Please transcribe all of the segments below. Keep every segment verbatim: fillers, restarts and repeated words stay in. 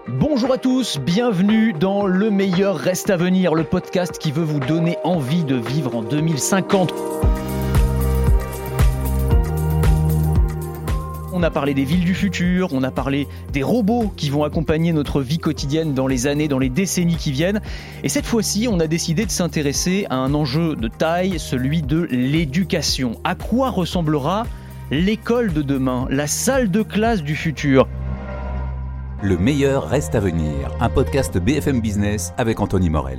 Bonjour à tous, bienvenue dans Le meilleur reste à venir, le podcast qui veut vous donner envie de vivre en deux mille cinquante. On a parlé des villes du futur, on a parlé des robots qui vont accompagner notre vie quotidienne dans les années, dans les décennies qui viennent. Et cette fois-ci, on a décidé de s'intéresser à un enjeu de taille, celui de l'éducation. À quoi ressemblera l'école de demain, la salle de classe du futur ? Le meilleur reste à venir, un podcast B F M Business avec Anthony Morel.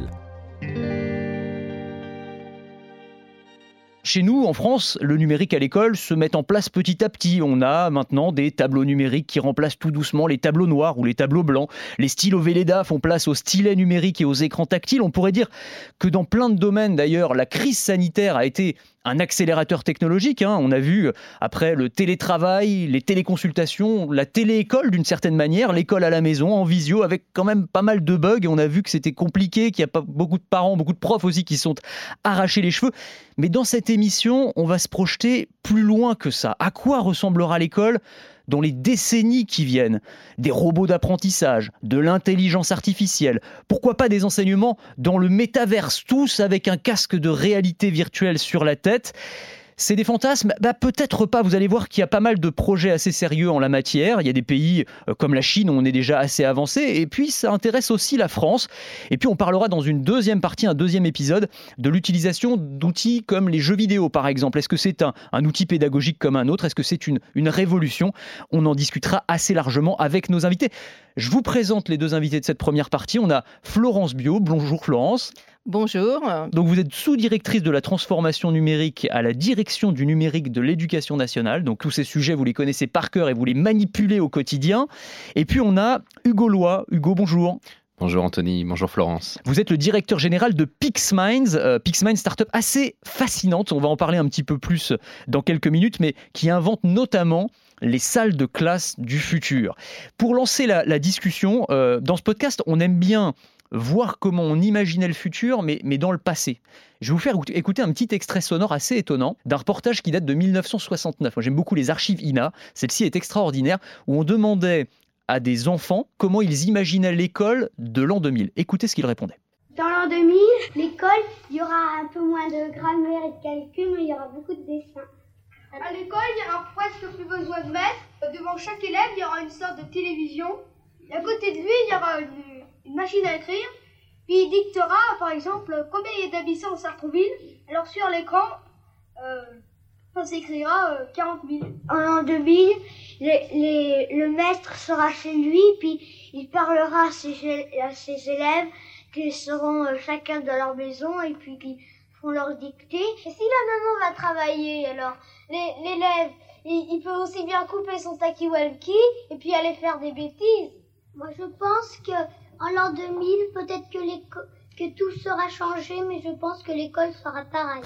Chez nous, en France, le numérique à l'école se met en place petit à petit. On a maintenant des tableaux numériques qui remplacent tout doucement les tableaux noirs ou les tableaux blancs. Les stylos Velleda font place aux stylets numériques et aux écrans tactiles. On pourrait dire que dans plein de domaines, d'ailleurs, la crise sanitaire a été un accélérateur technologique. Hein. On a vu, après le télétravail, les téléconsultations, la téléécole d'une certaine manière, l'école à la maison, en visio, avec quand même pas mal de bugs. Et on a vu que c'était compliqué, qu'il y a pas beaucoup de parents, beaucoup de profs aussi qui sont arrachés les cheveux. Mais dans cette émission, on va se projeter plus loin que ça. À quoi ressemblera l'école dans les décennies qui viennent? Des robots d'apprentissage, de l'intelligence artificielle, pourquoi pas des enseignements dans le métaverse, tous avec un casque de réalité virtuelle sur la tête. C'est des fantasmes ? Bah, peut-être pas. Vous allez voir qu'il y a pas mal de projets assez sérieux en la matière. Il y a des pays euh, comme la Chine où on est déjà assez avancé. Et puis, ça intéresse aussi la France. Et puis, on parlera dans une deuxième partie, un deuxième épisode, de l'utilisation d'outils comme les jeux vidéo, par exemple. Est-ce que c'est un, un outil pédagogique comme un autre ? Est-ce que c'est une, une révolution ? On en discutera assez largement avec nos invités. Je vous présente les deux invités de cette première partie. On a Florence Biot. Bonjour Florence. Bonjour. Donc vous êtes sous-directrice de la transformation numérique à la direction du numérique de l'éducation nationale. Donc tous ces sujets, vous les connaissez par cœur et vous les manipulez au quotidien. Et puis on a Hugo Loy. Hugo, bonjour. Bonjour Anthony, bonjour Florence. Vous êtes le directeur général de PixMinds, euh, PixMinds, start-up assez fascinante, on va en parler un petit peu plus dans quelques minutes, mais qui invente notamment les salles de classe du futur. Pour lancer la, la discussion, euh, dans ce podcast, on aime bien voir comment on imaginait le futur, mais, mais dans le passé. Je vais vous faire écouter un petit extrait sonore assez étonnant d'un reportage qui date de dix-neuf cent soixante-neuf. Moi, j'aime beaucoup les archives I N A, celle-ci est extraordinaire, où on demandait à des enfants comment ils imaginaient l'école de l'an deux mille. Écoutez ce qu'ils répondaient. Dans l'an deux mille, l'école, il y aura un peu moins de grammaire et de calcul, mais il y aura beaucoup de dessins. À l'école, il n'y aura presque plus besoin de maître. Devant chaque élève, il y aura une sorte de télévision. Et à côté de lui, il y aura une, une machine à écrire. Puis il dictera, par exemple, combien il y a d'habitants en Sartrouville. Alors sur l'écran, euh, ça s'écrira euh, quarante mille. En l'an deux mille, les, les, le maître sera chez lui, puis il parlera à ses, à ses élèves qui seront euh, chacun dans leur maison et puis qui font leur dictée. Et si la maman va travailler, alors les, l'élève, il, il peut aussi bien couper son talkie-walkie et puis aller faire des bêtises. Moi, je pense que en l'an deux mille, peut-être que, que tout sera changé, mais je pense que l'école sera pareille.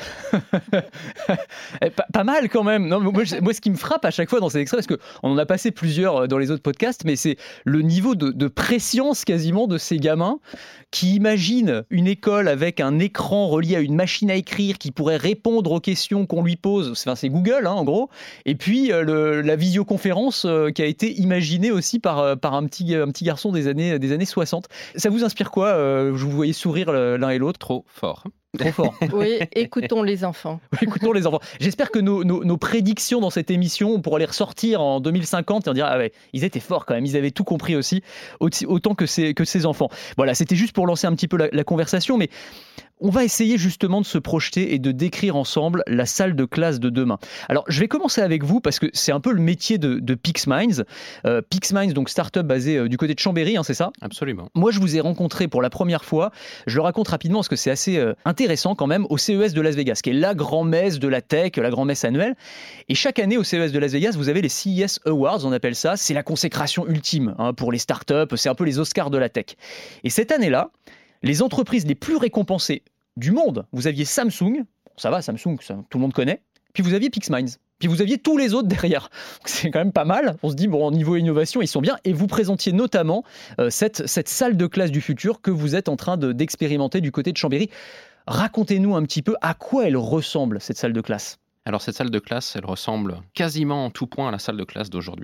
pas, pas mal quand même. Non, moi, je, moi, ce qui me frappe à chaque fois dans ces extraits, parce qu'on en a passé plusieurs dans les autres podcasts, mais c'est le niveau de, de préscience quasiment de ces gamins qui imaginent une école avec un écran relié à une machine à écrire qui pourrait répondre aux questions qu'on lui pose. Enfin, c'est Google, hein, en gros. Et puis, le, la visioconférence euh, qui a été imaginée aussi par, par un, petit, un petit garçon des années, des années soixante. Ça vous inspire quoi ? euh, Je vous voyais sourire l'un et l'autre. Trop fort. Trop fort. Oui, écoutons les enfants. Écoutons les enfants. J'espère que nos, nos, nos prédictions dans cette émission, on pourra les ressortir en deux mille cinquante et on dira, ah ouais, ils étaient forts quand même, ils avaient tout compris aussi, autant que ces, que ces enfants. Voilà, c'était juste pour lancer un petit peu la, la conversation, mais on va essayer justement de se projeter et de décrire ensemble la salle de classe de demain. Alors, je vais commencer avec vous parce que c'est un peu le métier de, de PixMinds. Euh, PixMinds, donc start-up basée euh, du côté de Chambéry, hein, c'est ça ? Absolument. Moi, je vous ai rencontré pour la première fois. Je le raconte rapidement parce que c'est assez euh, intéressant quand même, au C E S de Las Vegas, qui est la grand-messe de la tech, la grand-messe annuelle. Et chaque année, au C E S de Las Vegas, vous avez les C E S Awards, on appelle ça. C'est la consécration ultime hein, pour les start-up. C'est un peu les Oscars de la tech. Et cette année-là, les entreprises les plus récompensées du monde, vous aviez Samsung, ça va, Samsung, ça, tout le monde connaît, puis vous aviez PixMinds, puis vous aviez tous les autres derrière. Donc c'est quand même pas mal. On se dit, bon, au niveau innovation, ils sont bien. Et vous présentiez notamment euh, cette, cette salle de classe du futur que vous êtes en train de, d'expérimenter du côté de Chambéry. Racontez-nous un petit peu à quoi elle ressemble, cette salle de classe. Alors cette salle de classe, elle ressemble quasiment en tout point à la salle de classe d'aujourd'hui.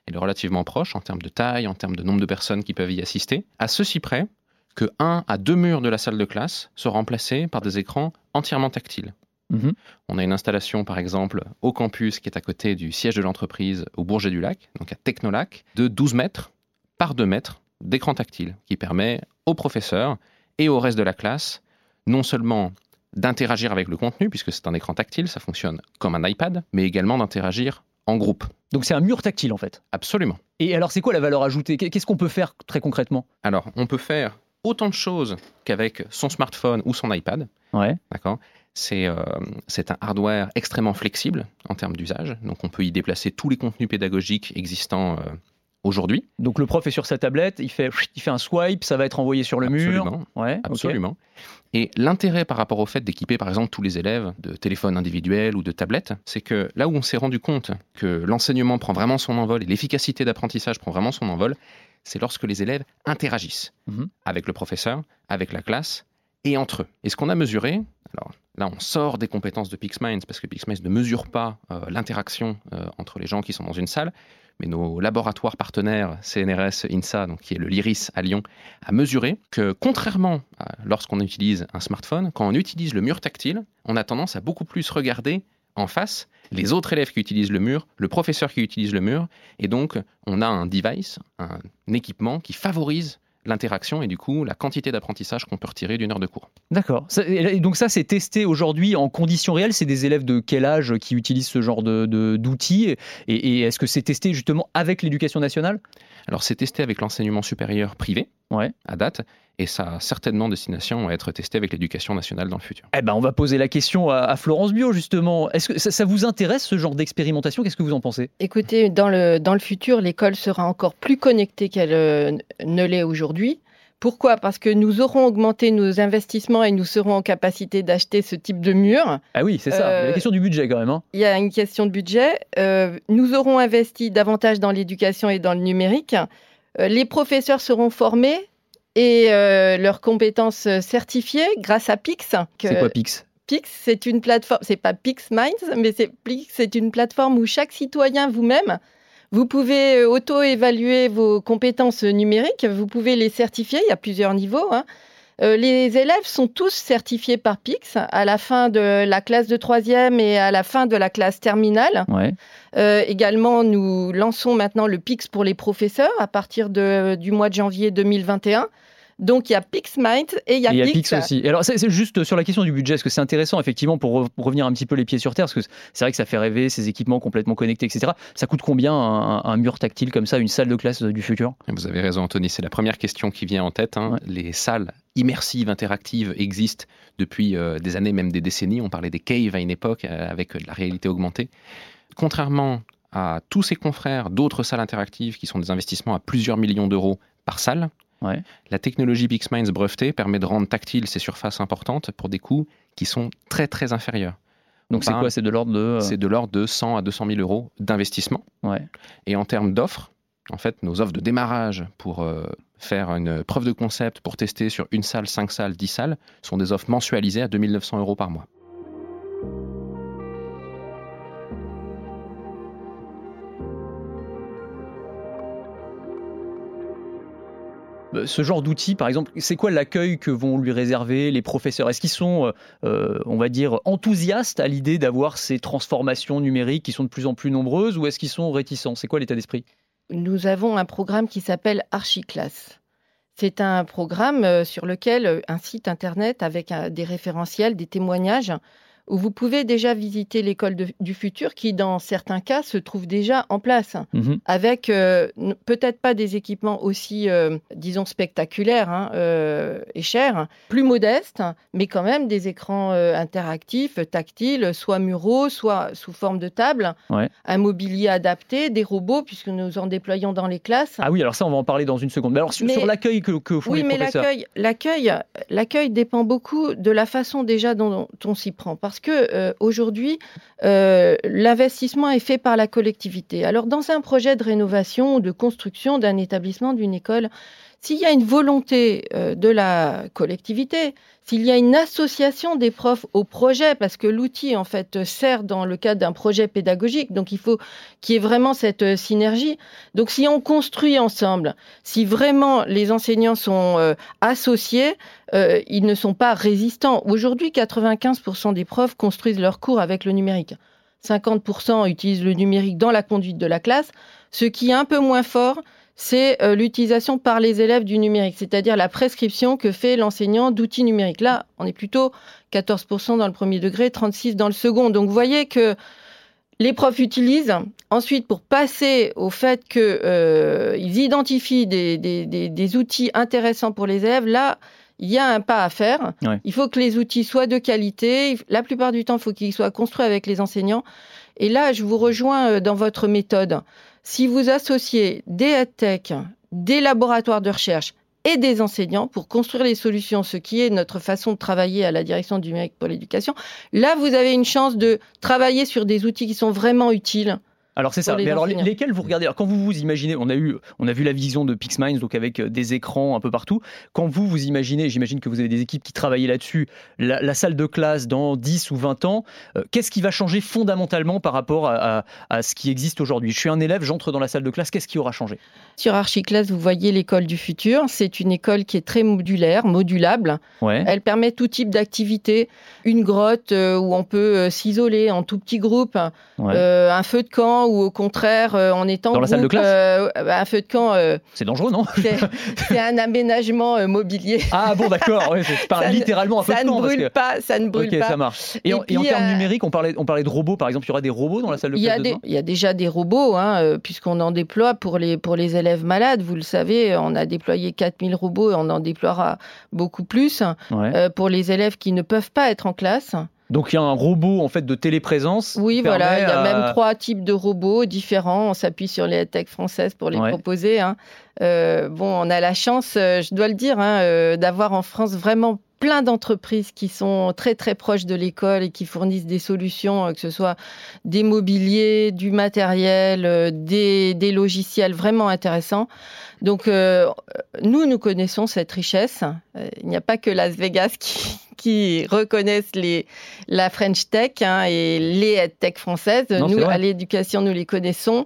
Elle est relativement proche en termes de taille, en termes de nombre de personnes qui peuvent y assister, à ceci près que un à deux murs de la salle de classe sont remplacés par des écrans entièrement tactiles. Mmh. On a une installation, par exemple, au campus qui est à côté du siège de l'entreprise au Bourget-du-Lac, donc à Technolac, de douze mètres par deux mètres d'écran tactile, qui permet aux professeurs et au reste de la classe non seulement d'interagir avec le contenu, puisque c'est un écran tactile, ça fonctionne comme un iPad, mais également d'interagir en groupe. Donc c'est un mur tactile en fait. Absolument. Et alors c'est quoi la valeur ajoutée ? Qu'est-ce qu'on peut faire très concrètement ? Alors, on peut faire autant de choses qu'avec son smartphone ou son iPad. Ouais. D'accord ? C'est, euh, c'est un hardware extrêmement flexible en termes d'usage. Donc, on peut y déplacer tous les contenus pédagogiques existants euh, aujourd'hui. Donc le prof est sur sa tablette, il fait, il fait un swipe, ça va être envoyé sur le Absolument. mur. Ouais, Absolument. ok. Et l'intérêt par rapport au fait d'équiper, par exemple, tous les élèves de téléphones individuels ou de tablettes, c'est que là où on s'est rendu compte que l'enseignement prend vraiment son envol et l'efficacité d'apprentissage prend vraiment son envol, c'est lorsque les élèves interagissent Mhm. avec le professeur, avec la classe et entre eux. Et ce qu'on a mesuré, alors là on sort des compétences de PixMinds parce que PixMinds ne mesure pas euh, l'interaction euh, entre les gens qui sont dans une salle, mais nos laboratoires partenaires C N R S INSA, donc qui est le LIRIS à Lyon, a mesuré que contrairement à lorsqu'on utilise un smartphone, quand on utilise le mur tactile, on a tendance à beaucoup plus regarder en face les autres élèves qui utilisent le mur, le professeur qui utilise le mur, et donc on a un device, un équipement qui favorise l'interaction et du coup la quantité d'apprentissage qu'on peut retirer d'une heure de cours. D'accord. Ça- Et donc ça, c'est testé aujourd'hui en conditions réelles. C'est des élèves de quel âge qui utilisent ce genre de, de- d'outils et, et est-ce que c'est testé justement avec l'éducation nationale ? Alors c'est testé avec l'enseignement supérieur privé Ouais. à date, et ça a certainement destination à être testé avec l'éducation nationale dans le futur. Eh ben, on va poser la question à, à Florence Bio justement. Est-ce que ça, ça vous intéresse ce genre d'expérimentation ? Qu'est-ce que vous en pensez ? Écoutez, dans le, dans le futur, l'école sera encore plus connectée qu'elle euh, ne l'est aujourd'hui. Pourquoi ? Parce que nous aurons augmenté nos investissements et nous serons en capacité d'acheter ce type de mur. Ah oui, c'est ça. Euh, Il y a la question du budget quand même. Hein. Il y a une question de budget. Euh, nous aurons investi davantage dans l'éducation et dans le numérique. Euh, les professeurs seront formés et euh, leurs compétences certifiées grâce à Pix. que- C'est quoi Pix ? Pix, c'est une plateforme, c'est pas PixMinds, mais c'est Pix, c'est une plateforme où chaque citoyen vous-même, vous pouvez euh, auto-évaluer vos compétences numériques, vous pouvez les certifier, il y a plusieurs niveaux. hein. Euh, les élèves sont tous certifiés par Pix à la fin de la classe de troisième et à la fin de la classe terminale. Ouais. Euh, également, nous lançons maintenant le Pix pour les professeurs à partir de, du mois de janvier deux mille vingt et un. Donc, il y a PixMinds et il y a, Et il y a Pix. Pix aussi. Et alors, c'est c'est juste sur la question du budget, est-ce que c'est intéressant, effectivement, pour re- revenir un petit peu les pieds sur terre, parce que c'est vrai que ça fait rêver, ces équipements complètement connectés, et cetera. Ça coûte combien un, un mur tactile comme ça, une salle de classe du futur ? Vous avez raison Anthony, c'est la première question qui vient en tête. hein. Ouais. Les salles immersives, interactives existent depuis euh, des années, même des décennies. On parlait des caves à une époque euh, avec de la réalité augmentée. Contrairement à tous ses confrères d'autres salles interactives qui sont des investissements à plusieurs millions d'euros par salle, Ouais. la technologie PixMinds brevetée permet de rendre tactiles ces surfaces importantes pour des coûts qui sont très très inférieurs. Donc, On c'est parle- quoi ? C'est de l'ordre de. euh, C'est de l'ordre de cent à deux cent mille euros d'investissement. Ouais. Et en termes d'offres, en fait, nos offres de démarrage pour euh, faire une preuve de concept, pour tester sur une salle, cinq salles, dix salles, sont des offres mensualisées à deux mille neuf cents euros par mois. Euh, Ce genre d'outils, par exemple, c'est quoi l'accueil que vont lui réserver les professeurs ? Est-ce qu'ils sont, euh, euh, on va dire, enthousiastes à l'idée d'avoir ces transformations numériques qui sont de plus en plus nombreuses, ou est-ce qu'ils sont réticents ? C'est quoi l'état d'esprit ? Nous avons un programme qui s'appelle Archiclass. C'est un programme euh, sur lequel euh, un site internet avec euh, des référentiels, des témoignages, où vous pouvez déjà visiter l'école de- du futur qui, dans certains cas, se trouve déjà en place, Mhm. avec euh, n- peut-être pas des équipements aussi, euh, disons, spectaculaires hein, euh, et chers, plus modestes, mais quand même des écrans euh, interactifs, tactiles, soit muraux, soit sous forme de table, Ouais. un mobilier adapté, des robots, puisque nous en déployons dans les classes. Ah oui, alors ça, on va en parler dans une seconde. Mais alors, sur, Mais- sur l'accueil que, que font Oui, les mais professeurs. l'accueil, l'accueil, l'accueil dépend beaucoup de la façon déjà dont on s'y prend. Parce que euh, aujourd'hui, euh, l'investissement est fait par la collectivité. Alors, dans un projet de rénovation ou de construction d'un établissement, d'une école, s'il y a une volonté euh, de la collectivité, s'il y a une association des profs au projet, parce que l'outil, en fait, sert dans le cadre d'un projet pédagogique, donc il faut qu'il y ait vraiment cette synergie. Donc, si on construit ensemble, si vraiment les enseignants sont euh, associés, euh, ils ne sont pas résistants. Aujourd'hui, quatre-vingt-quinze pour cent des profs construisent leurs cours avec le numérique. cinquante pour cent utilisent le numérique dans la conduite de la classe. Ce qui est un peu moins fort, c'est euh, l'utilisation par les élèves du numérique, c'est-à-dire la prescription que fait l'enseignant d'outils numériques. Là, on est plutôt quatorze pour cent dans le premier degré, trente-six pour cent dans le second. Donc, vous voyez que les profs utilisent. Ensuite, pour passer au fait qu'ils euh, identifient des, des, des, des outils intéressants pour les élèves, là, il y a un pas à faire. Ouais. Il faut que les outils soient de qualité. La plupart du temps, il faut qu'ils soient construits avec les enseignants. Et là, je vous rejoins dans votre méthode. Si vous associez des EdTech, des laboratoires de recherche et des enseignants pour construire les solutions, ce qui est notre façon de travailler à la direction du numérique pour l'éducation, là, vous avez une chance de travailler sur des outils qui sont vraiment utiles. Alors c'est ça, mais alors lesquels vous regardez? Alors quand vous vous imaginez, on a eu, on a vu la vision de PixMinds, donc avec des écrans un peu partout. Quand vous vous imaginez, j'imagine que vous avez des équipes qui travaillent là-dessus, la, la salle de classe dans dix ou vingt ans, euh, qu'est-ce qui va changer fondamentalement par rapport à, à, à ce qui existe aujourd'hui? Je suis un élève, j'entre dans la salle de classe, qu'est-ce qui aura changé? Sur Archiclass, vous voyez l'école du futur. C'est une école qui est très modulaire, modulable. Ouais. Elle permet tout type d'activité. Une grotte euh, où on peut euh, s'isoler en tout petit groupe, ouais. euh, un feu de camp ou au contraire, euh, en étant dans la groupe, salle de classe, euh, un feu de camp. Euh, c'est dangereux, non? c'est, c'est un aménagement euh, mobilier. Ah bon, d'accord. Ouais, c'est pas littéralement un feu de camp. Ça ne brûle que... pas, ça ne brûle okay, pas. Ça marche. Et, et, en, puis, et en termes euh, numériques, on parlait, on parlait de robots, par exemple. Il y aura des robots dans la salle de classe. Il y a, des, il y a déjà des robots, hein, euh, puisqu'on en déploie pour les pour les élèves malades. Vous le savez, on a déployé quatre mille robots et on en déploiera beaucoup plus ouais. euh, pour les élèves qui ne peuvent pas être en classe. Donc il y a un robot en fait de téléprésence. Oui, voilà, il y a à... même trois types de robots différents. On s'appuie sur les EdTech françaises pour les ouais. proposer. Hein. Euh, bon, on a la chance, je dois le dire, hein, euh, d'avoir en France vraiment plein d'entreprises qui sont très très proches de l'école et qui fournissent des solutions, que ce soit des mobiliers, du matériel, euh, des, des logiciels vraiment intéressants. Donc euh, nous, nous connaissons cette richesse. Euh, il n'y a pas que Las Vegas qui, qui reconnaissent les, la French Tech hein, et les EdTech françaises. Non, nous, à l'éducation, nous les connaissons.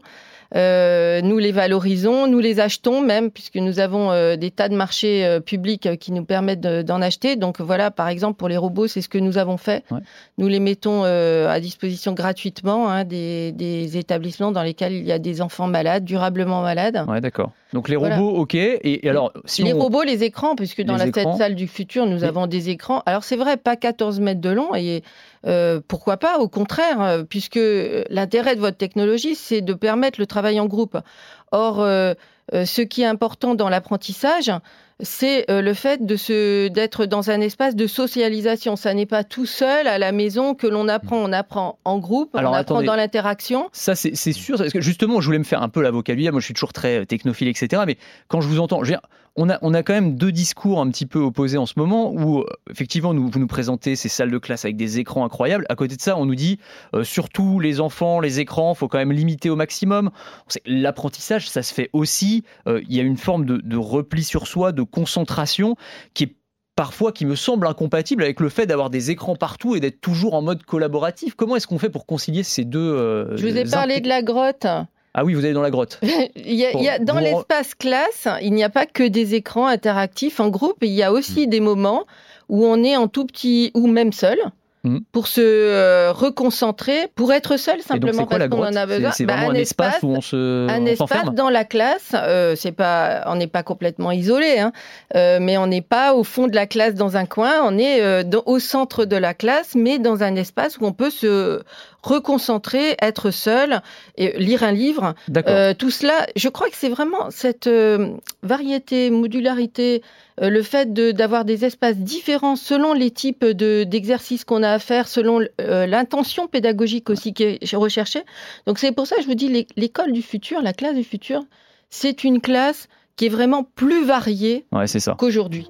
Euh, nous les valorisons, nous les achetons même, puisque nous avons euh, des tas de marchés euh, publics euh, qui nous permettent de, d'en acheter. Donc voilà, par exemple, pour les robots, c'est ce que nous avons fait. Ouais. Nous les mettons euh, à disposition gratuitement hein, des, des établissements dans lesquels il y a des enfants malades, durablement malades. Ouais, d'accord. Donc les robots, voilà. ok. Et, et alors, si les on... robots, les écrans, puisque dans la cette salle du futur, nous oui. avons des écrans. Alors c'est vrai, pas quatorze mètres de long et Euh, pourquoi pas, au contraire, euh, puisque l'intérêt de votre technologie, c'est de permettre le travail en groupe. Or, euh, euh, ce qui est important dans l'apprentissage, c'est euh, le fait de se, d'être dans un espace de socialisation. Ça n'est pas tout seul à la maison que l'on apprend. On apprend en groupe, Alors, on apprend attendez. dans l'interaction. Ça, c'est, c'est sûr. Parce que justement, je voulais me faire un peu l'avocat du diable. Moi, je suis toujours très technophile, et cetera. Mais quand je vous entends, je veux dire, on a, on a quand même deux discours un petit peu opposés en ce moment où, effectivement, nous, vous nous présentez ces salles de classe avec des écrans incroyables. À côté de ça, on nous dit, euh, surtout les enfants, les écrans, il faut quand même limiter au maximum. L'apprentissage, ça se fait aussi. Euh, il y a une forme de, de repli sur soi, de concentration qui est parfois qui me semble incompatible avec le fait d'avoir des écrans partout et d'être toujours en mode collaboratif. Comment est-ce qu'on fait pour concilier ces deux euh, Je vous ai parlé imp... de la grotte. Ah oui, vous allez dans la grotte. il y a, il y a, dans vous... l'espace classe, il n'y a pas que des écrans interactifs en groupe, il y a aussi mmh. des moments où on est en tout petit, ou même seul, mmh. pour se euh, reconcentrer, pour être seul simplement donc, parce qu'on en a besoin. C'est, c'est vraiment bah, un, un espace, espace où on se Un on espace s'enferme. Dans la classe, euh, c'est pas, on n'est pas complètement isolé, hein, euh, mais on n'est pas au fond de la classe dans un coin, on est euh, dans, au centre de la classe, mais dans un espace où on peut se reconcentrer, être seul, et lire un livre. Euh, tout cela, je crois que c'est vraiment cette euh, variété, modularité, euh, le fait de, d'avoir des espaces différents selon les types de, d'exercices qu'on a à faire, selon euh, l'intention pédagogique aussi qui est recherchée. Donc c'est pour ça que je vous dis, l'école du futur, la classe du futur, c'est une classe qui est vraiment plus variée ouais, c'est ça. qu'aujourd'hui.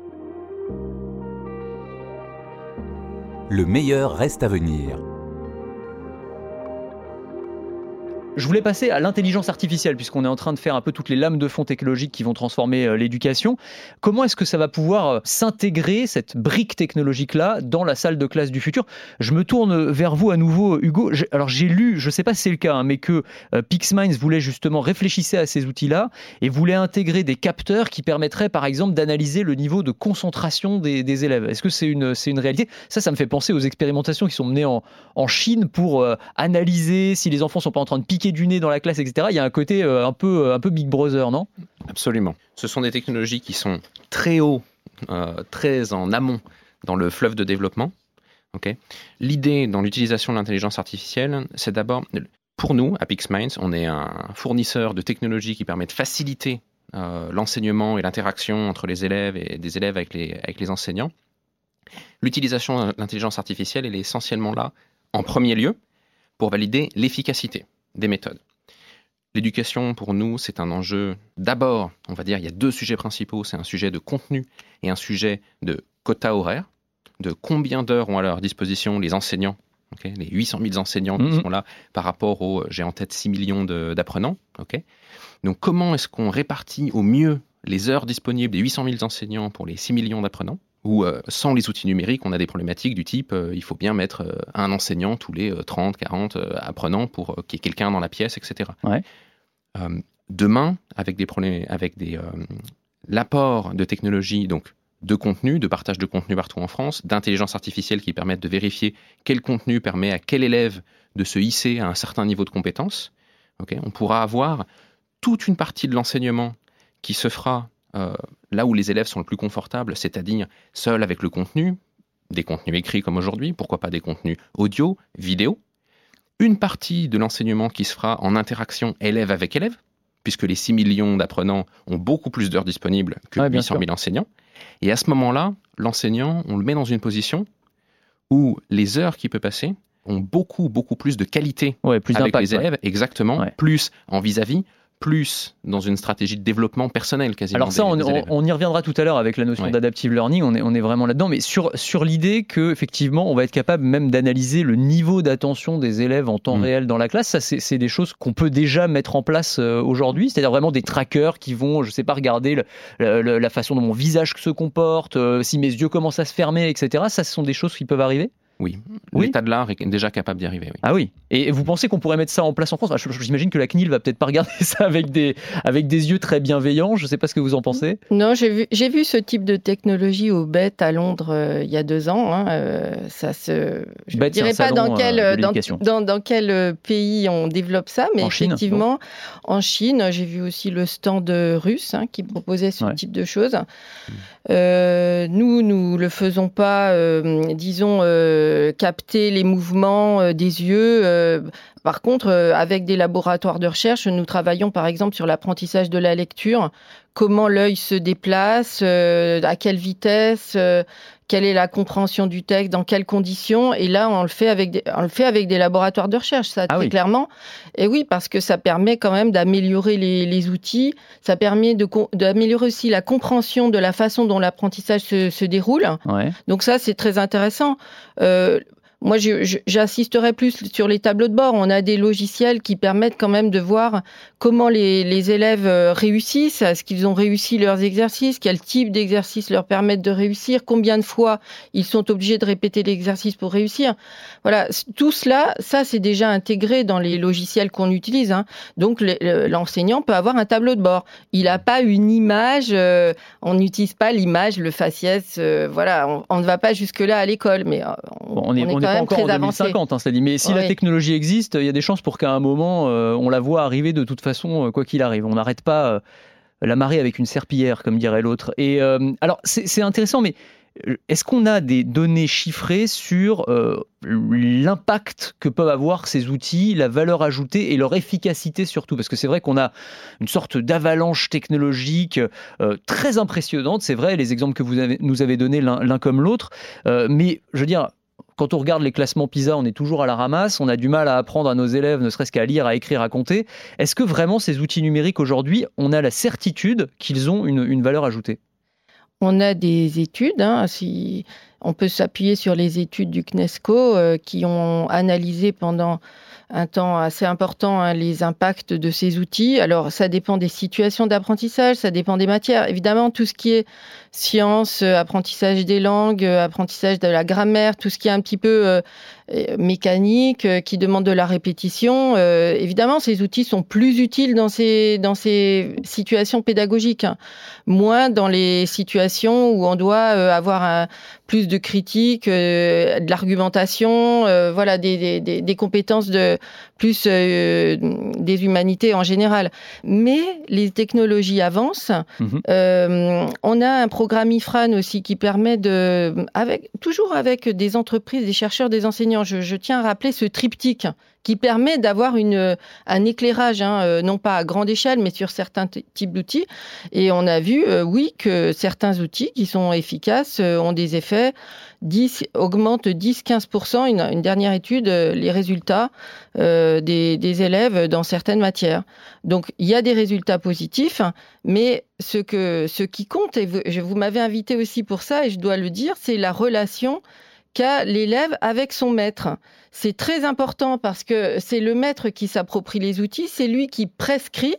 Le meilleur reste à venir. Je voulais passer à l'intelligence artificielle, puisqu'on est en train de faire un peu toutes les lames de fond technologiques qui vont transformer euh, l'éducation. Comment est-ce que ça va pouvoir euh, s'intégrer, cette brique technologique-là, dans la salle de classe du futur ? Je me tourne vers vous à nouveau, Hugo. J'ai, alors j'ai lu, je ne sais pas si c'est le cas, hein, mais que euh, PixMinds voulait justement réfléchir à ces outils-là et voulait intégrer des capteurs qui permettraient, par exemple, d'analyser le niveau de concentration des, des élèves. Est-ce que c'est une, c'est une réalité ? Ça, ça me fait penser aux expérimentations qui sont menées en, en Chine pour euh, analyser si les enfants ne sont pas en train de piquer du nez dans la classe, et cetera. Il y a un côté euh, un peu, un peu Big Brother, non ? Absolument. Ce sont des technologies qui sont très haut, euh, très en amont dans le fleuve de développement. Okay. L'idée dans l'utilisation de l'intelligence artificielle, c'est d'abord, pour nous, à PixMinds, on est un fournisseur de technologies qui permet de faciliter euh, l'enseignement et l'interaction entre les élèves et des élèves avec les, avec les enseignants. L'utilisation de l'intelligence artificielle, elle est essentiellement là, en premier lieu, pour valider l'efficacité des méthodes. L'éducation, pour nous, c'est un enjeu, d'abord, on va dire, il y a deux sujets principaux, c'est un sujet de contenu et un sujet de quota horaire, de combien d'heures ont à leur disposition les enseignants, okay, les huit cent mille enseignants mmh. qui sont là par rapport aux, j'ai en tête six millions de, d'apprenants. Okay. Donc, comment est-ce qu'on répartit au mieux les heures disponibles des huit cent mille enseignants pour les six millions d'apprenants ? Ou euh, sans les outils numériques, on a des problématiques du type euh, il faut bien mettre euh, un enseignant tous les euh, trente, quarante euh, apprenants pour euh, qu'il y ait quelqu'un dans la pièce, et cetera. Ouais. Euh, demain, avec, des problèmes, avec des, euh, l'apport de technologies, donc de contenu, de partage de contenu partout en France, d'intelligence artificielle qui permettent de vérifier quel contenu permet à quel élève de se hisser à un certain niveau de compétence, okay, on pourra avoir toute une partie de l'enseignement qui se fera Euh, là où les élèves sont le plus confortables, c'est-à-dire seuls avec le contenu, des contenus écrits comme aujourd'hui, pourquoi pas des contenus audio, vidéo. Une partie de l'enseignement qui se fera en interaction élève avec élève, puisque les six millions d'apprenants ont beaucoup plus d'heures disponibles que ouais, huit cent mille enseignants. Et à ce moment-là, l'enseignant, on le met dans une position où les heures qu'il peut passer ont beaucoup, beaucoup plus de qualité ouais, plus avec les élèves, ouais. exactement, ouais. plus en vis-à-vis, plus dans une stratégie de développement personnel quasiment. Alors ça, des, on, des on, on y reviendra tout à l'heure avec la notion ouais. d'adaptive learning, on est, on est vraiment là-dedans, mais sur, sur l'idée qu'effectivement, on va être capable même d'analyser le niveau d'attention des élèves en temps mmh. réel dans la classe, ça c'est, c'est des choses qu'on peut déjà mettre en place euh, aujourd'hui, c'est-à-dire vraiment des trackers qui vont, je sais pas, regarder le, le, la façon dont mon visage se comporte, euh, si mes yeux commencent à se fermer, et cetera. Ça, ce sont des choses qui peuvent arriver ? Oui, oui, l'état de l'art est déjà capable d'y arriver. Oui. Ah oui, et vous pensez qu'on pourrait mettre ça en place en France ? J'imagine que la C N I L va peut-être pas regarder ça avec des, avec des yeux très bienveillants, je ne sais pas ce que vous en pensez. Non, j'ai vu, j'ai vu ce type de technologie au B E T à Londres euh, il y a deux ans. Hein, euh, ça se, je ne dirais pas dans quel, euh, dans, dans, dans quel pays on développe ça, mais en effectivement, Chine, en Chine, j'ai vu aussi le stand russe hein, qui proposait ce ouais. type de choses. Mmh. Euh, nous, nous ne le faisons pas, euh, disons... Euh, capter les mouvements euh, des yeux. Euh, par contre, euh, avec des laboratoires de recherche, nous travaillons par exemple sur l'apprentissage de la lecture, comment l'œil se déplace, euh, à quelle vitesse, euh, quelle est la compréhension du texte, dans quelles conditions. Et là, on le fait avec des, on le fait avec des laboratoires de recherche, ça, ah très oui. clairement. Et oui, parce que ça permet quand même d'améliorer les, les outils. Ça permet de, d'améliorer aussi la compréhension de la façon dont l'apprentissage se, se déroule. Ouais. Donc ça, c'est très intéressant. Euh, Moi, je, je, j'insisterai plus sur les tableaux de bord. On a des logiciels qui permettent quand même de voir comment les, les élèves réussissent, est-ce qu'ils ont réussi leurs exercices, quel type d'exercices leur permettent de réussir, combien de fois ils sont obligés de répéter l'exercice pour réussir. Voilà, tout cela, ça, c'est déjà intégré dans les logiciels qu'on utilise. Hein. Donc, le, l'enseignant peut avoir un tableau de bord. Il n'a pas une image, euh, on n'utilise pas l'image, le faciès, euh, voilà, on, on ne va pas jusque-là à l'école, mais euh, on, bon, on est, on est pas encore en deux mille cinquante, hein, c'est-à-dire, mais si oui. la technologie existe, il y a des chances pour qu'à un moment, euh, on la voit arriver de toute façon, euh, quoi qu'il arrive. On n'arrête pas euh, la marée avec une serpillière, comme dirait l'autre. Et euh, alors, c'est, c'est intéressant, mais est-ce qu'on a des données chiffrées sur euh, l'impact que peuvent avoir ces outils, la valeur ajoutée et leur efficacité surtout ? Parce que c'est vrai qu'on a une sorte d'avalanche technologique euh, très impressionnante. C'est vrai, les exemples que vous avez, nous avez donnés l'un, l'un comme l'autre. Euh, mais je veux dire... Quand on regarde les classements PISA, on est toujours à la ramasse, on a du mal à apprendre à nos élèves, ne serait-ce qu'à lire, à écrire, à compter. Est-ce que vraiment ces outils numériques aujourd'hui, on a la certitude qu'ils ont une, une valeur ajoutée ? On a des études, hein, si on peut s'appuyer sur les études du CNESCO euh, qui ont analysé pendant un temps assez important hein, les impacts de ces outils. Alors, ça dépend des situations d'apprentissage, ça dépend des matières. Évidemment, tout ce qui est sciences, euh, apprentissage des langues, euh, apprentissage de la grammaire, tout ce qui est un petit peu euh, mécanique, euh, qui demande de la répétition, euh, évidemment, ces outils sont plus utiles dans ces, dans ces situations pédagogiques, hein. Moins dans les situations où on doit euh, avoir un, plus de critique, euh, de l'argumentation, euh, voilà, des, des, des compétences de plus euh, des humanités en général. Mais les technologies avancent. Mmh. Euh, on a un programme I F R A N aussi qui permet de, avec, toujours avec des entreprises, des chercheurs, des enseignants, je, je tiens à rappeler ce triptyque qui permet d'avoir une, un éclairage, hein, non pas à grande échelle, mais sur certains t- types d'outils. Et on a vu, euh, oui, que certains outils qui sont efficaces euh, ont des effets, dix, augmentent dix à quinze pour cent, une, une dernière étude, euh, les résultats euh, des, des élèves dans certaines matières. Donc, il y a des résultats positifs, mais ce, que, ce qui compte, et vous, je, vous m'avez invité aussi pour ça, et je dois le dire, c'est la relation qu'a l'élève avec son maître. C'est très important parce que c'est le maître qui s'approprie les outils, c'est lui qui prescrit,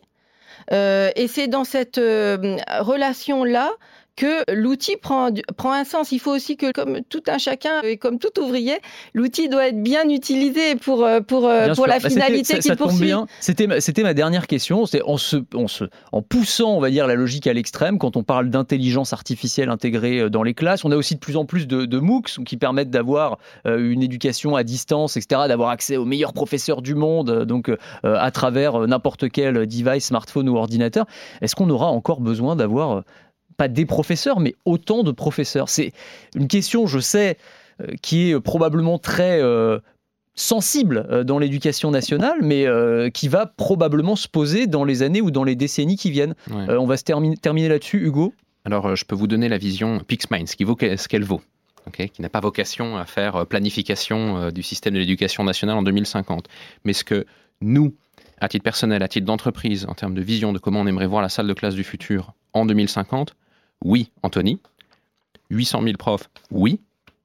euh, et c'est dans cette euh, relation-là que l'outil prend, prend un sens. Il faut aussi que, comme tout un chacun et comme tout ouvrier, l'outil doit être bien utilisé pour, pour, pour sûr. la finalité bah, qu'il poursuit. Bien. C'était, c'était ma dernière question. C'est en, se, en, se, en poussant, on va dire, la logique à l'extrême, quand on parle d'intelligence artificielle intégrée dans les classes, on a aussi de plus en plus de, de MOOCs qui permettent d'avoir euh, une éducation à distance, et cetera, d'avoir accès aux meilleurs professeurs du monde, donc euh, à travers n'importe quel device, smartphone ou ordinateur. Est-ce qu'on aura encore besoin d'avoir... Euh, pas des professeurs, mais autant de professeurs? C'est une question, je sais, euh, qui est probablement très euh, sensible euh, dans l'éducation nationale, mais euh, qui va probablement se poser dans les années ou dans les décennies qui viennent. Ouais. Euh, on va se terminer, terminer là-dessus, Hugo. Alors, euh, je peux vous donner la vision PixMinds, qui vaut ce qu'elle vaut, okay, qui n'a pas vocation à faire planification euh, du système de l'éducation nationale en deux mille cinquante. Mais ce que nous, à titre personnel, à titre d'entreprise, en termes de vision de comment on aimerait voir la salle de classe du futur en deux mille cinquante, oui, Anthony, huit cent mille profs, oui,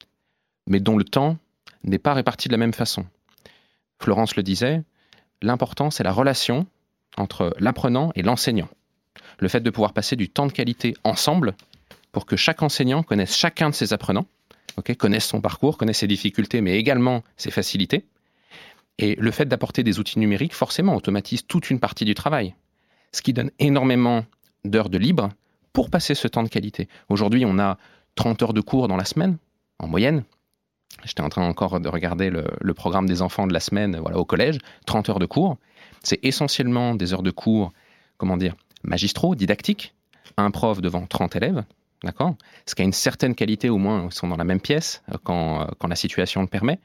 mais dont le temps n'est pas réparti de la même façon. Florence le disait, l'important, c'est la relation entre l'apprenant et l'enseignant. Le fait de pouvoir passer du temps de qualité ensemble pour que chaque enseignant connaisse chacun de ses apprenants, okay, connaisse son parcours, connaisse ses difficultés, mais également ses facilités. Et le fait d'apporter des outils numériques, forcément, automatise toute une partie du travail, ce qui donne énormément d'heures de libre pour passer ce temps de qualité. Aujourd'hui, on a trente heures de cours dans la semaine, en moyenne. J'étais en train encore de regarder le, le programme des enfants de la semaine voilà, au collège. trente heures de cours. C'est essentiellement des heures de cours, comment dire, magistraux, didactiques. Un prof devant trente élèves, d'accord ? Ce qui a une certaine qualité, au moins, ils sont dans la même pièce quand, quand la situation le permet.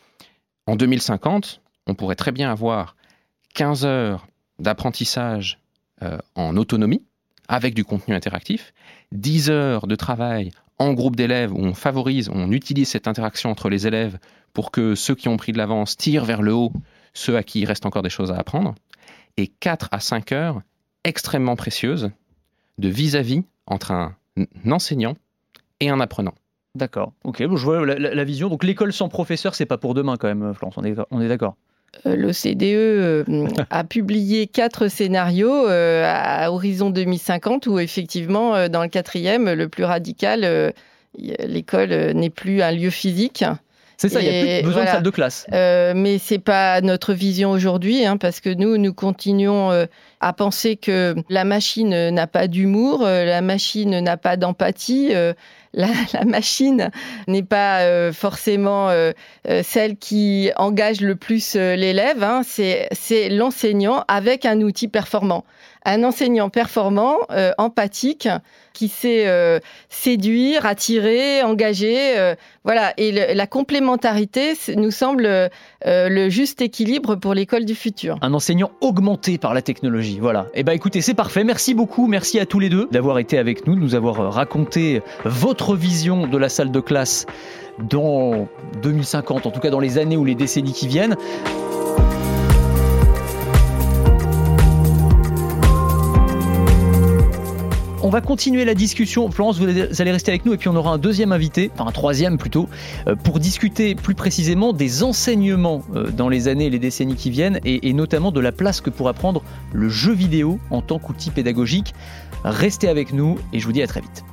En deux mille cinquante, on pourrait très bien avoir quinze heures d'apprentissage euh, en autonomie, avec du contenu interactif, dix heures de travail en groupe d'élèves où on favorise, on utilise cette interaction entre les élèves pour que ceux qui ont pris de l'avance tirent vers le haut ceux à qui il reste encore des choses à apprendre, et quatre à cinq heures extrêmement précieuses de vis-à-vis entre un enseignant et un apprenant. D'accord, ok, bon, je vois la, la, la vision. Donc l'école sans professeur, c'est pas pour demain quand même, Florence, on est, on est d'accord. L'O C D E euh, a publié quatre scénarios euh, à horizon deux mille cinquante où effectivement, euh, dans le quatrième, le plus radical, euh, l'école euh, n'est plus un lieu physique. C'est ça, il n'y a plus besoin voilà. de salle de classe. Euh, mais ce n'est pas notre vision aujourd'hui, hein, parce que nous, nous continuons euh, à penser que la machine n'a pas d'humour, euh, la machine n'a pas d'empathie, euh, la, la machine n'est pas euh, forcément euh, euh, celle qui engage le plus euh, l'élève, hein, c'est, c'est l'enseignant avec un outil performant. Un enseignant performant, euh, empathique, qui sait euh, séduire, attirer, engager. Euh, voilà. Et le, la complémentarité nous semble euh, le juste équilibre pour l'école du futur. Un enseignant augmenté par la technologie. Voilà. Eh ben, écoutez, c'est parfait. Merci beaucoup. Merci à tous les deux d'avoir été avec nous, de nous avoir raconté votre vision de la salle de classe dans deux mille cinquante, en tout cas dans les années ou les décennies qui viennent. On va continuer la discussion. Florence, vous allez rester avec nous et puis on aura un deuxième invité, enfin un troisième plutôt, pour discuter plus précisément des enseignements dans les années et les décennies qui viennent et, et notamment de la place que pourra prendre le jeu vidéo en tant qu'outil pédagogique. Restez avec nous et je vous dis à très vite.